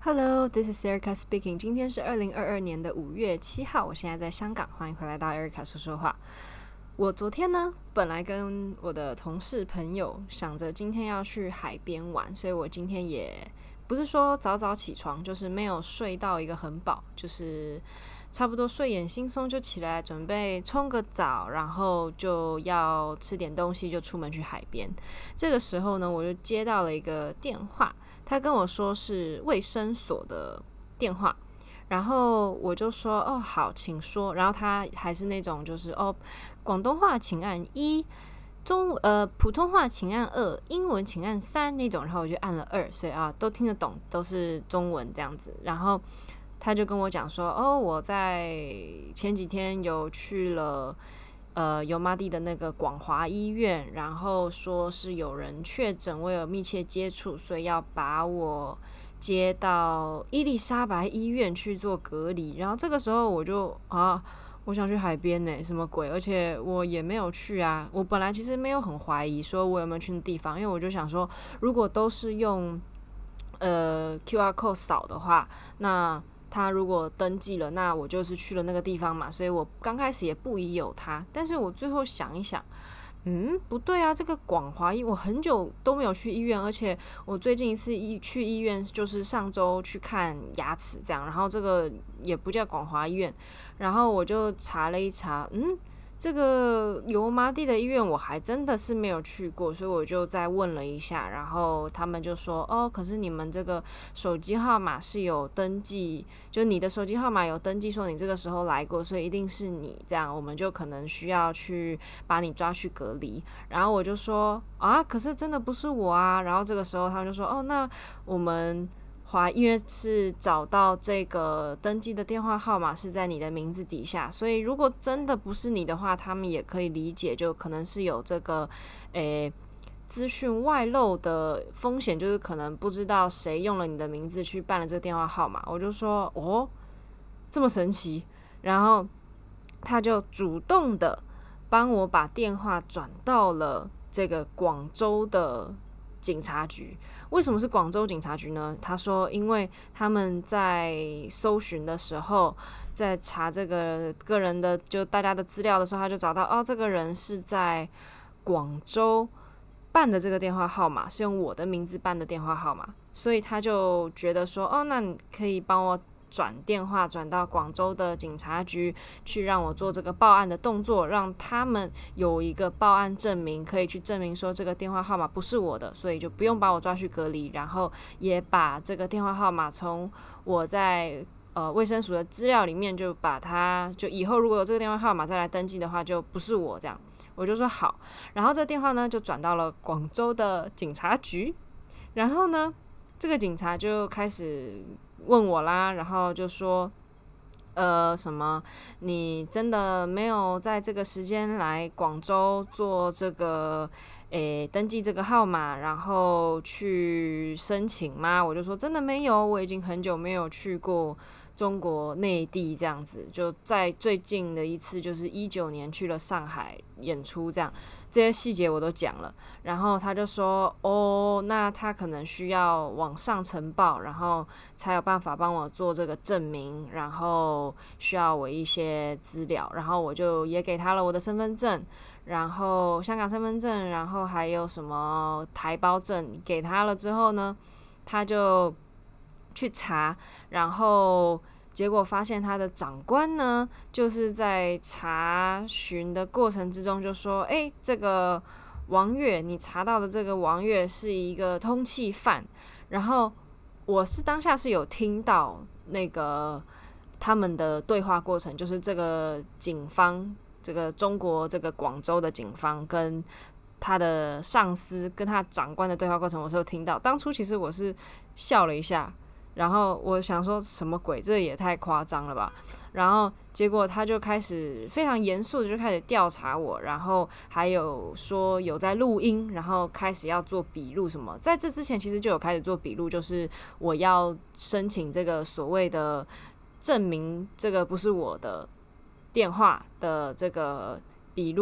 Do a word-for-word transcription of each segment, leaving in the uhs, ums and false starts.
Hello, this is Erica speaking. 今天是二零二二年的五月七号，我现在在香港，欢迎回来到 Erica 说说话。我昨天呢，本来跟我的同事朋友想着今天要去海边玩，所以我今天也不是说早早起床，就是没有睡到一个很饱，就是差不多睡眼惺忪就起来，准备冲个澡，然后就要吃点东西，就出门去海边。这个时候呢，我就接到了一个电话，他跟我说是卫生所的电话。然后我就说哦好，请说。然后他还是那种就是哦，广东话请按一，中呃普通话请按二，英文请按三那种。然后我就按了二，所以啊都听得懂，都是中文这样子。然后他就跟我讲说哦，我在前几天有去了呃油麻地的那个广华医院，然后说是有人确诊，我有密切接触，所以要把我接到伊丽莎白医院去做隔离。然后这个时候我就啊，我想去海边呢，什么鬼？而且我也没有去啊。我本来其实没有很怀疑说我有没有去那地方，因为我就想说，如果都是用呃 Q R code 扫的话，那他如果登记了，那我就是去了那个地方嘛。所以我刚开始也不疑有他，但是我最后想一想。嗯，不对啊，这个广华医，我很久都没有去医院，而且我最近一次医去医院就是上周去看牙齿这样，然后这个也不叫广华医院，然后我就查了一查，嗯，这个油麻地的医院我还真的是没有去过，所以我就再问了一下，然后他们就说，哦，可是你们这个手机号码是有登记，就你的手机号码有登记说你这个时候来过，所以一定是你，这样我们就可能需要去把你抓去隔离。然后我就说啊，可是真的不是我啊。然后这个时候他们就说，哦，那我们华因为是找到这个登记的电话号码是在你的名字底下，所以如果真的不是你的话，他们也可以理解，就可能是有这个诶资讯外漏的风险，就是可能不知道谁用了你的名字去办了这个电话号码。我就说哦，这么神奇。然后他就主动的帮我把电话转到了这个广州的警察局。为什么是广州警察局呢？他说，因为他们在搜寻的时候，在查这个个人的就大家的资料的时候，他就找到哦，这个人是在广州办的这个电话号码，是用我的名字办的电话号码，所以他就觉得说，哦，那你可以帮我转电话转到广州的警察局去，让我做这个报案的动作，让他们有一个报案证明，可以去证明说这个电话号码不是我的，所以就不用把我抓去隔离，然后也把这个电话号码从我在呃卫生署的资料里面就把它，就以后如果有这个电话号码再来登记的话，就不是我这样。我就说好，然后这电话呢就转到了广州的警察局，然后呢，这个警察就开始问我啦，然后就说，呃，什么？你真的没有在这个时间来广州做这个，诶，登记这个号码，然后去申请吗？我就说真的没有，我已经很久没有去过中国内地这样子，就在最近的一次就是一九年去了上海演出这样，这些细节我都讲了。然后他就说，哦，那他可能需要往上呈报，然后才有办法帮我做这个证明，然后需要我一些资料，然后我就也给他了我的身份证，然后香港身份证，然后还有什么台胞证给他了之后呢，他就去查，然后结果发现他的长官呢，就是在查询的过程之中就说，诶，这个王月，你查到的这个王月是一个通缉犯。然后我是当下是有听到那个他们的对话过程，就是这个警方，这个中国这个广州的警方跟他的上司跟他长官的对话过程，我是有听到。当初其实我是笑了一下，然后我想说什么鬼，这也太夸张了吧。然后结果他就开始非常严肃的就开始调查我，然后还有说有在录音，然后开始要做笔录什么。在这之前其实就有开始做笔录，就是我要申请这个所谓的证明这个不是我的电话的这个笔录。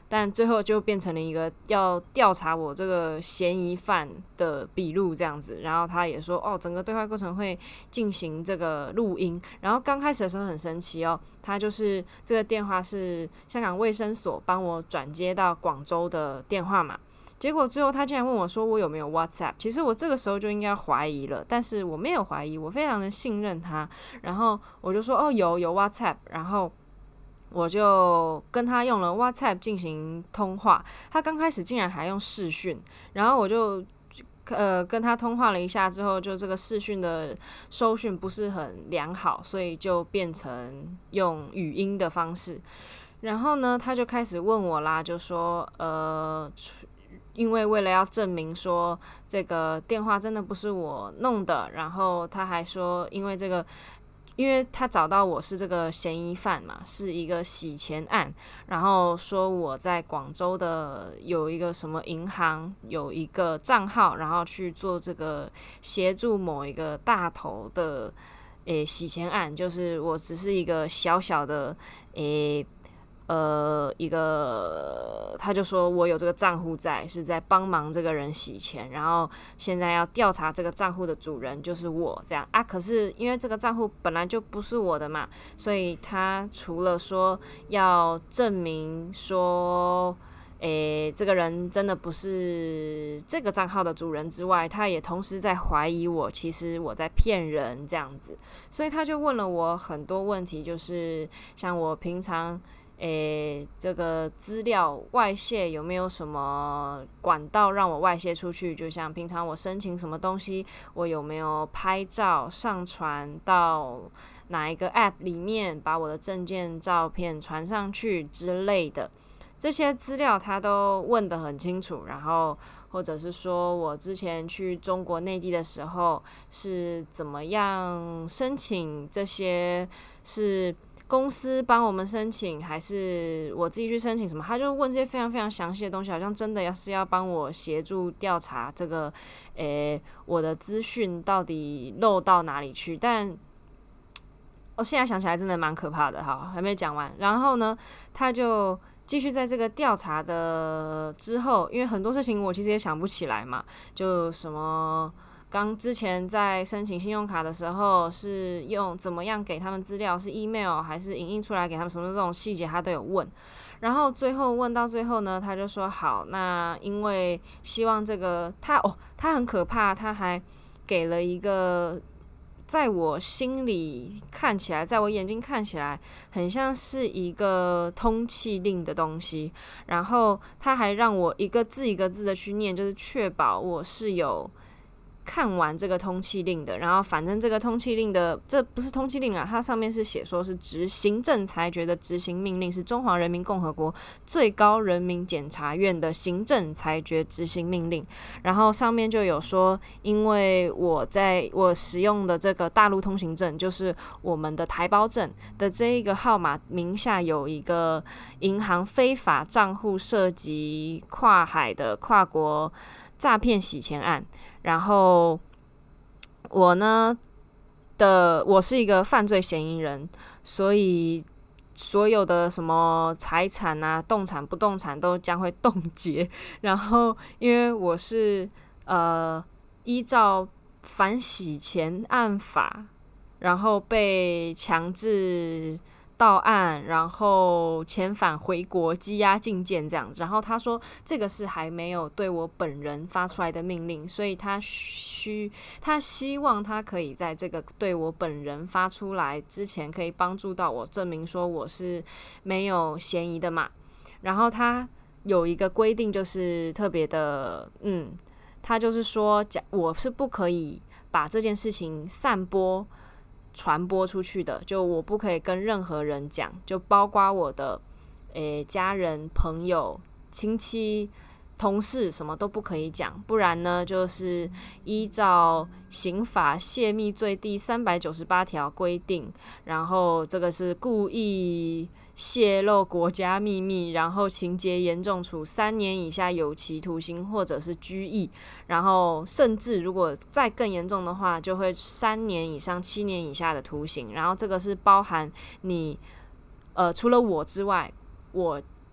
但最后就变成了一个要调查我这个嫌疑犯的笔录这样子。然后他也说，哦，整个对话过程会进行这个录音。然后刚开始的时候很神奇哦，他就是这个电话是香港卫生所帮我转接到广州的电话嘛。结果最后他竟然问我说我有没有 WhatsApp， 其实我这个时候就应该怀疑了，但是我没有怀疑，我非常的信任他。然后我就说哦有有 WhatsApp， 然后我就跟他用了 WhatsApp 进行通话。他刚开始竟然还用视讯，然后我就呃跟他通话了一下之后，就这个视讯的收讯不是很良好，所以就变成用语音的方式。然后呢，他就开始问我啦，就说呃。因为为了要证明说这个电话真的不是我弄的，然后他还说，因为这个，因为他找到我是这个嫌疑犯嘛，是一个洗钱案，然后说我在广州的有一个什么银行有一个账号，然后去做这个协助某一个大头的诶洗钱案，就是我只是一个小小的诶。呃，一个他就说我有这个账户在，是在帮忙这个人洗钱，然后现在要调查这个账户的主人就是我这样啊。可是因为这个账户本来就不是我的嘛，所以他除了说要证明说，诶，这个人真的不是这个账号的主人之外，他也同时在怀疑我，其实我在骗人这样子。所以他就问了我很多问题，就是像我平常。诶，这个资料外泄有没有什么管道让我外泄出去？就像平常我申请什么东西，我有没有拍照上传到哪一个 App 里面，把我的证件照片传上去之类的，这些资料他都问得很清楚。然后或者是说我之前去中国内地的时候是怎么样申请，这些是公司帮我们申请还是我自己去申请什么，他就问这些非常非常详细的东西，好像真的要是要帮我协助调查这个诶我的资讯到底漏到哪里去。但我现在想起来真的蛮可怕的。好，还没讲完。然后呢，他就继续在这个调查的之后，因为很多事情我其实也想不起来嘛，就什么刚之前在申请信用卡的时候是用怎么样给他们资料，是 email 还是影印出来给他们，什么这种细节他都有问。然后最后问到最后呢，他就说好，那因为希望这个他哦，他很可怕，他还给了一个在我心里看起来，在我眼睛看起来很像是一个通缉令的东西，然后他还让我一个字一个字的去念，就是确保我是有看完这个通缉令的。然后反正这个通缉令的，这不是通缉令啊，它上面是写说是执行政裁决的执行命令，是中华人民共和国最高人民检察院的行政裁决执行命令。然后上面就有说，因为我在我使用的这个大陆通行证，就是我们的台胞证的这一个号码名下有一个银行非法账户涉及跨海的跨国诈骗洗钱案。然后我呢的我是一个犯罪嫌疑人，所以所有的什么财产啊、动产、不动产都将会冻结。然后因为我是呃依照反洗钱案法，然后被强制到案，然后遣返回国，羁押禁见这样子。然后他说这个是还没有对我本人发出来的命令，所以他需他希望他可以在这个对我本人发出来之前，可以帮助到我证明说我是没有嫌疑的嘛。然后他有一个规定，就是特别的，嗯，他就是说我是不可以把这件事情散播传播出去的，就我不可以跟任何人讲，就包括我的诶家人、朋友、亲戚、同事，什么都不可以讲，不然呢，就是依照刑法泄密罪第三百九十八条规定，然后这个是故意泄露国家秘密，然后情节严重，处三年以下有期徒刑或者是拘役，然后甚至如果再更严重的话，就会三年以上七年以下的徒刑。然后这个是包含你呃除了我之外，我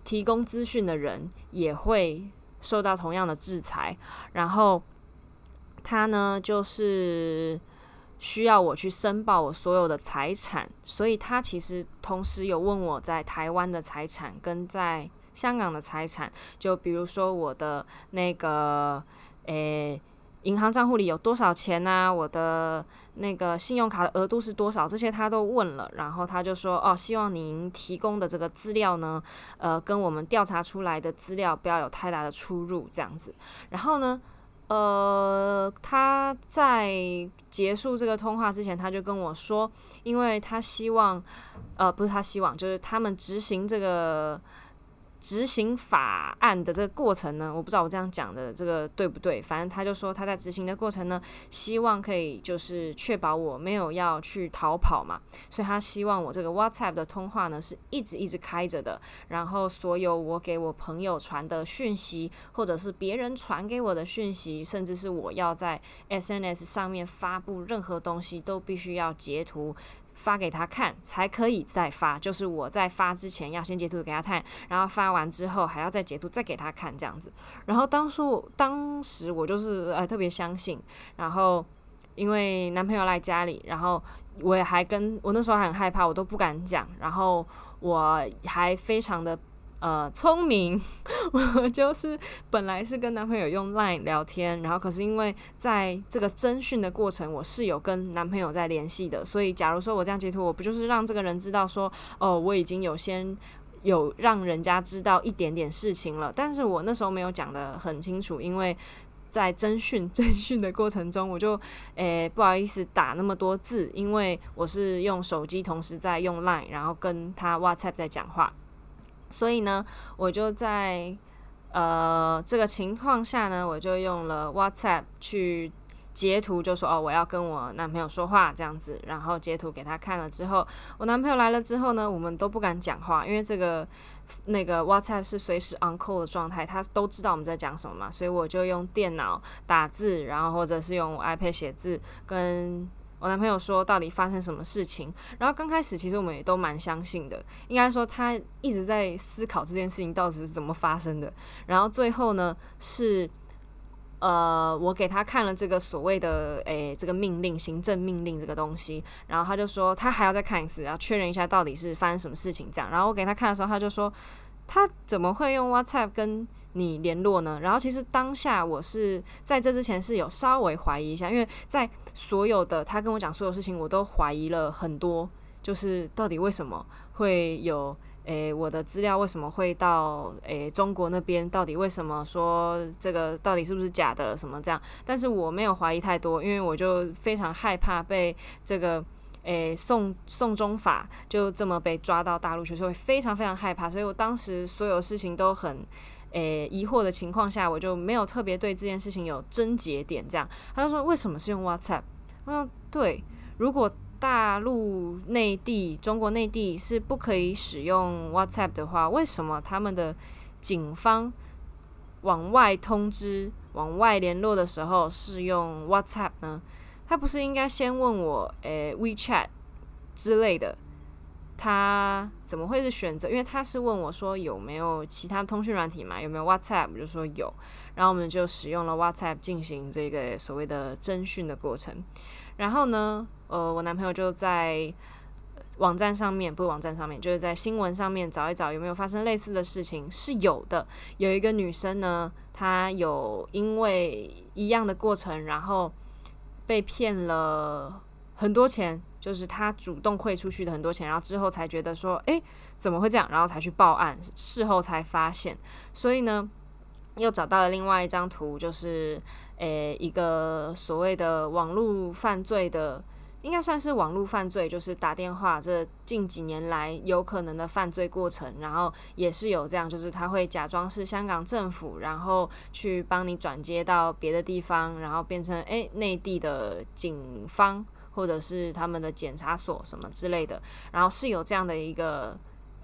提供资讯的人也会受到同样的制裁。然后他呢，就是需要我去申报我所有的财产，所以他其实同时有问我在台湾的财产跟在香港的财产，就比如说我的那个诶银行账户里有多少钱啊，我的那个信用卡的额度是多少，这些他都问了。然后他就说哦，希望您提供的这个资料呢，呃，跟我们调查出来的资料不要有太大的出入，这样子。然后呢，呃，他在结束这个通话之前，他就跟我说，因为他希望，呃，不是他希望，就是他们执行这个。执行法案的这个过程呢，我不知道我这样讲的这个对不对，反正他就说他在执行的过程呢，希望可以就是确保我没有要去逃跑嘛，所以他希望我这个 WhatsApp 的通话呢是一直一直开着的，然后所有我给我朋友传的讯息，或者是别人传给我的讯息，甚至是我要在 S N S 上面发布任何东西，都必须要截图发给他看才可以再发，就是我在发之前要先截图给他看，然后发完之后还要再截图再给他看这样子。然后当初当时我就是呃特别相信，然后因为男朋友来家里，然后我也还跟我那时候还很害怕，我都不敢讲，然后我还非常的呃，聪明，我就是本来是跟男朋友用 Line 聊天，然后可是因为在这个侦讯的过程，我是有跟男朋友在联系的，所以假如说我这样截图，我不就是让这个人知道说，哦，我已经有先有让人家知道一点点事情了，但是我那时候没有讲得很清楚，因为在侦讯侦讯的过程中，我就诶不好意思打那么多字，因为我是用手机同时在用 Line， 然后跟他 WhatsApp 在讲话。所以呢，我就在呃这个情况下呢，我就用了 WhatsApp 去截图，就说哦我要跟我男朋友说话这样子，然后截图给他看了之后，我男朋友来了之后呢，我们都不敢讲话，因为这个那个 WhatsApp 是随时 on call 的状态，他都知道我们在讲什么嘛，所以我就用电脑打字，然后或者是用 iPad 写字跟我男朋友说到底发生什么事情，然后刚开始其实我们也都蛮相信的，应该说他一直在思考这件事情到底是怎么发生的，然后最后呢是呃我给他看了这个所谓的诶这个命令行政命令这个东西，然后他就说他还要再看一次，然后确认一下到底是发生什么事情这样，然后我给他看的时候他就说他怎么会用 WhatsApp 跟你联络呢？然后其实当下我是在这之前是有稍微怀疑一下，因为在所有的他跟我讲所有事情，我都怀疑了很多，就是到底为什么会有诶我的资料为什么会到诶中国那边？到底为什么说这个到底是不是假的什么这样？但是我没有怀疑太多，因为我就非常害怕被这个。诶，送送中法就这么被抓到大陆去，所以非常非常害怕，所以我当时所有事情都很诶疑惑的情况下，我就没有特别对这件事情有症结点。这样，他就说为什么是用 WhatsApp？ 我说对，如果大陆内地、中国内地是不可以使用 WhatsApp 的话，为什么他们的警方往外通知、往外联络的时候是用 WhatsApp 呢？他不是应该先问我，诶 WeChat 之类的，他怎么会是选择？因为他是问我说有没有其他通讯软体嘛，有没有 WhatsApp， 我就说有，然后我们就使用了 WhatsApp 进行这个所谓的侦讯的过程。然后呢，呃，我男朋友就在网站上面，不是网站上面，就是在新闻上面找一找有没有发生类似的事情，是有的。有一个女生呢，她有因为一样的过程，然后被骗了很多钱，就是他主动汇出去的很多钱，然后之后才觉得说，诶，怎么会这样？然后才去报案，事后才发现。所以呢，又找到了另外一张图，就是诶一个所谓的网络犯罪的，应该算是网络犯罪，就是打电话，这近几年来有可能的犯罪过程，然后也是有这样，就是他会假装是香港政府，然后去帮你转接到别的地方，然后变成诶内地的警方或者是他们的检察所什么之类的，然后是有这样的一个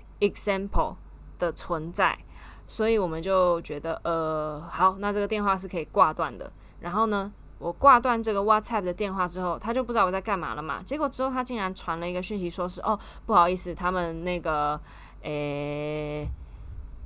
example 的存在，所以我们就觉得呃好，那这个电话是可以挂断的，然后呢我挂断这个 WhatsApp 的电话之后，他就不知道我在干嘛了嘛。结果之后他竟然传了一个讯息，说是哦，不好意思，他们那个诶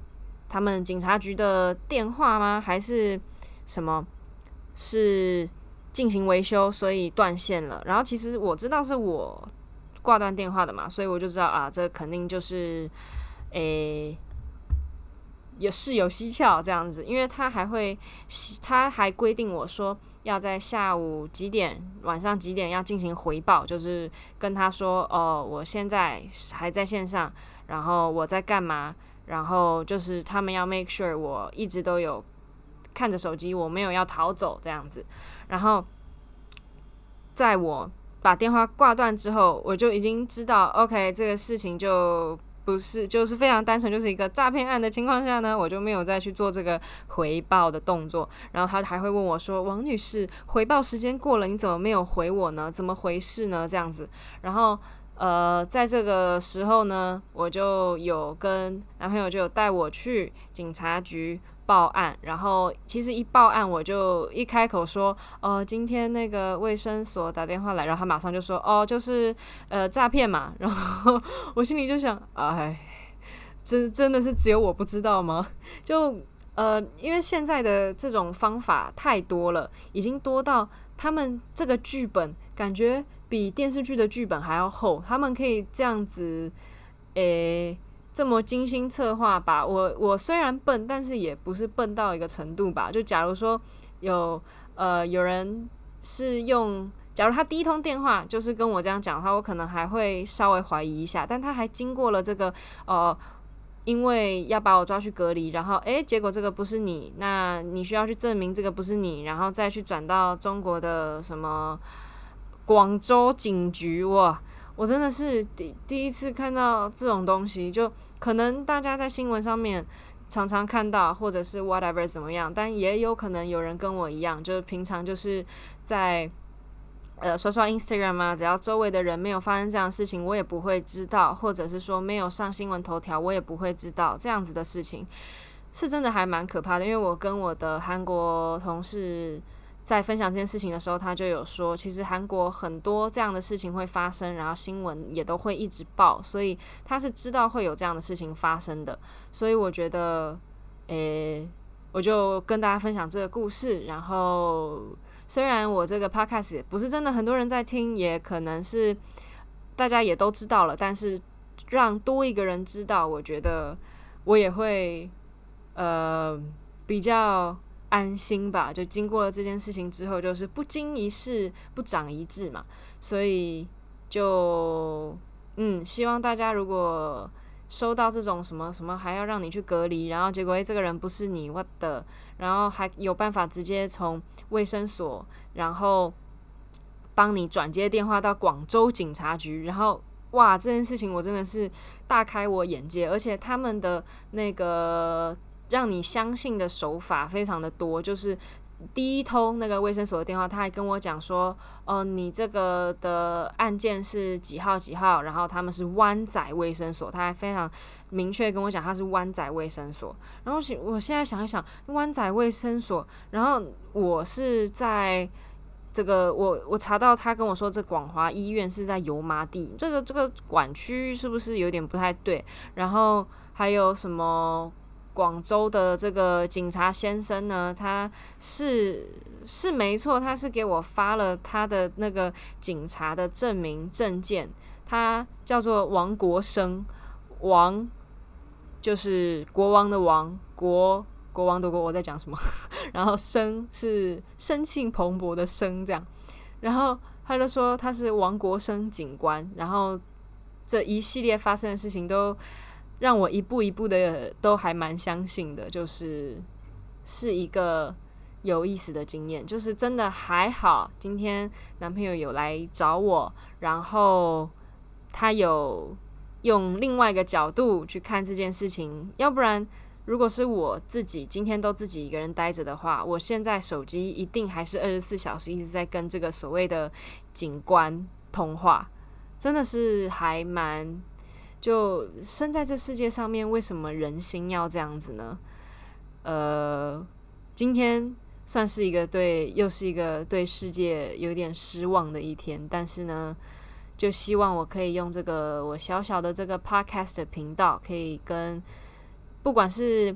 他们警察局的电话吗？还是什么？是进行维修，所以断线了。然后其实我知道是我挂断电话的嘛，所以我就知道啊，这肯定就是诶。有事有蹊跷这样子，因为他还会，他还规定我说要在下午几点、晚上几点要进行回报，就是跟他说哦，我现在还在线上，然后我在干嘛，然后就是他们要 make sure 我一直都有看着手机，我没有要逃走这样子。然后在我把电话挂断之后，我就已经知道 OK 这个事情就不是，就是非常单纯，就是一个诈骗案的情况下呢，我就没有再去做这个回报的动作。然后他还会问我说：“王女士，回报时间过了，你怎么没有回我呢？怎么回事呢？”这样子。然后呃，在这个时候呢，我就有跟男朋友就有带我去警察局报案，然后其实一报案我就一开口说，呃，今天那个卫生所打电话来，然后他马上就说，哦，就是呃诈骗嘛，然后我心里就想，哎，真真的是只有我不知道吗？就呃，因为现在的这种方法太多了，已经多到他们这个剧本感觉比电视剧的剧本还要厚，他们可以这样子，诶。这么精心策划吧，我我虽然笨，但是也不是笨到一个程度吧。就假如说有呃有人是用，假如他第一通电话就是跟我这样讲的话，我可能还会稍微怀疑一下。但他还经过了这个呃，因为要把我抓去隔离，然后诶，结果这个不是你，那你需要去证明这个不是你，然后再去转到中国的什么广州警局，哇！我真的是第第一次看到这种东西，就可能大家在新闻上面常常看到，或者是 whatever 怎么样，但也有可能有人跟我一样，就是平常就是在呃刷刷 Instagram 啊，只要周围的人没有发生这样的事情，我也不会知道，或者是说没有上新闻头条，我也不会知道这样子的事情，是真的还蛮可怕的。因为我跟我的韩国同事在分享这件事情的时候，他就有说，其实韩国很多这样的事情会发生，然后新闻也都会一直报，所以他是知道会有这样的事情发生的。所以我觉得，诶，我就跟大家分享这个故事。然后，虽然我这个 podcast 也不是真的很多人在听，也可能是大家也都知道了，但是让多一个人知道，我觉得我也会呃比较安心吧。就经过了这件事情之后，就是不经一事不长一智嘛，所以就嗯，希望大家如果收到这种什么什么还要让你去隔离，然后结果诶这个人不是你 what 的，然后还有办法直接从卫生所，然后帮你转接电话到广州警察局，然后哇，这件事情我真的是大开我眼界，而且他们的那个让你相信的手法非常的多，就是第一通那个卫生所的电话，他还跟我讲说，哦、呃，你这个的案件是几号几号，然后他们是湾仔卫生所，他还非常明确跟我讲他是湾仔卫生所。然后我现在想一想，湾仔卫生所，然后我是在这个我我查到他跟我说，这广华医院是在油麻地，这个这个管区是不是有点不太对？然后还有什么？广州的这个警察先生呢，他是是没错，他是给我发了他的那个警察的证明证件，他叫做王国生，王就是国王的王，国国王的国，我在讲什么？然后生是生气蓬勃的生，这样，然后他就说他是王国生警官，然后这一系列发生的事情都让我一步一步的都还蛮相信的，就是是一个有意思的经验，就是真的还好，今天男朋友有来找我，然后他有用另外一个角度去看这件事情，要不然如果是我自己今天都自己一个人待着的话，我现在手机一定还是二十四小时一直在跟这个所谓的警官通话，真的是还蛮。就生在这世界上面，为什么人心要这样子呢？呃，今天算是一个对，又是一个对世界有点失望的一天。但是呢，就希望我可以用这个我小小的这个 podcast 的频道，可以跟不管是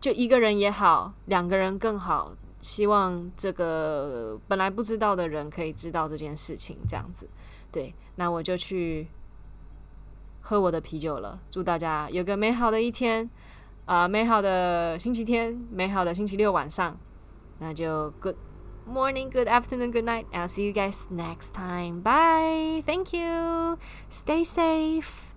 就一个人也好，两个人更好，希望这个本来不知道的人可以知道这件事情，这样子。对，那我就去喝我的啤酒了。祝大家有个美好的一天，啊、呃，美好的星期天，美好的星期六晚上。那就 good morning, good afternoon, good night. I'll see you guys next time. Bye. Thank you. Stay safe.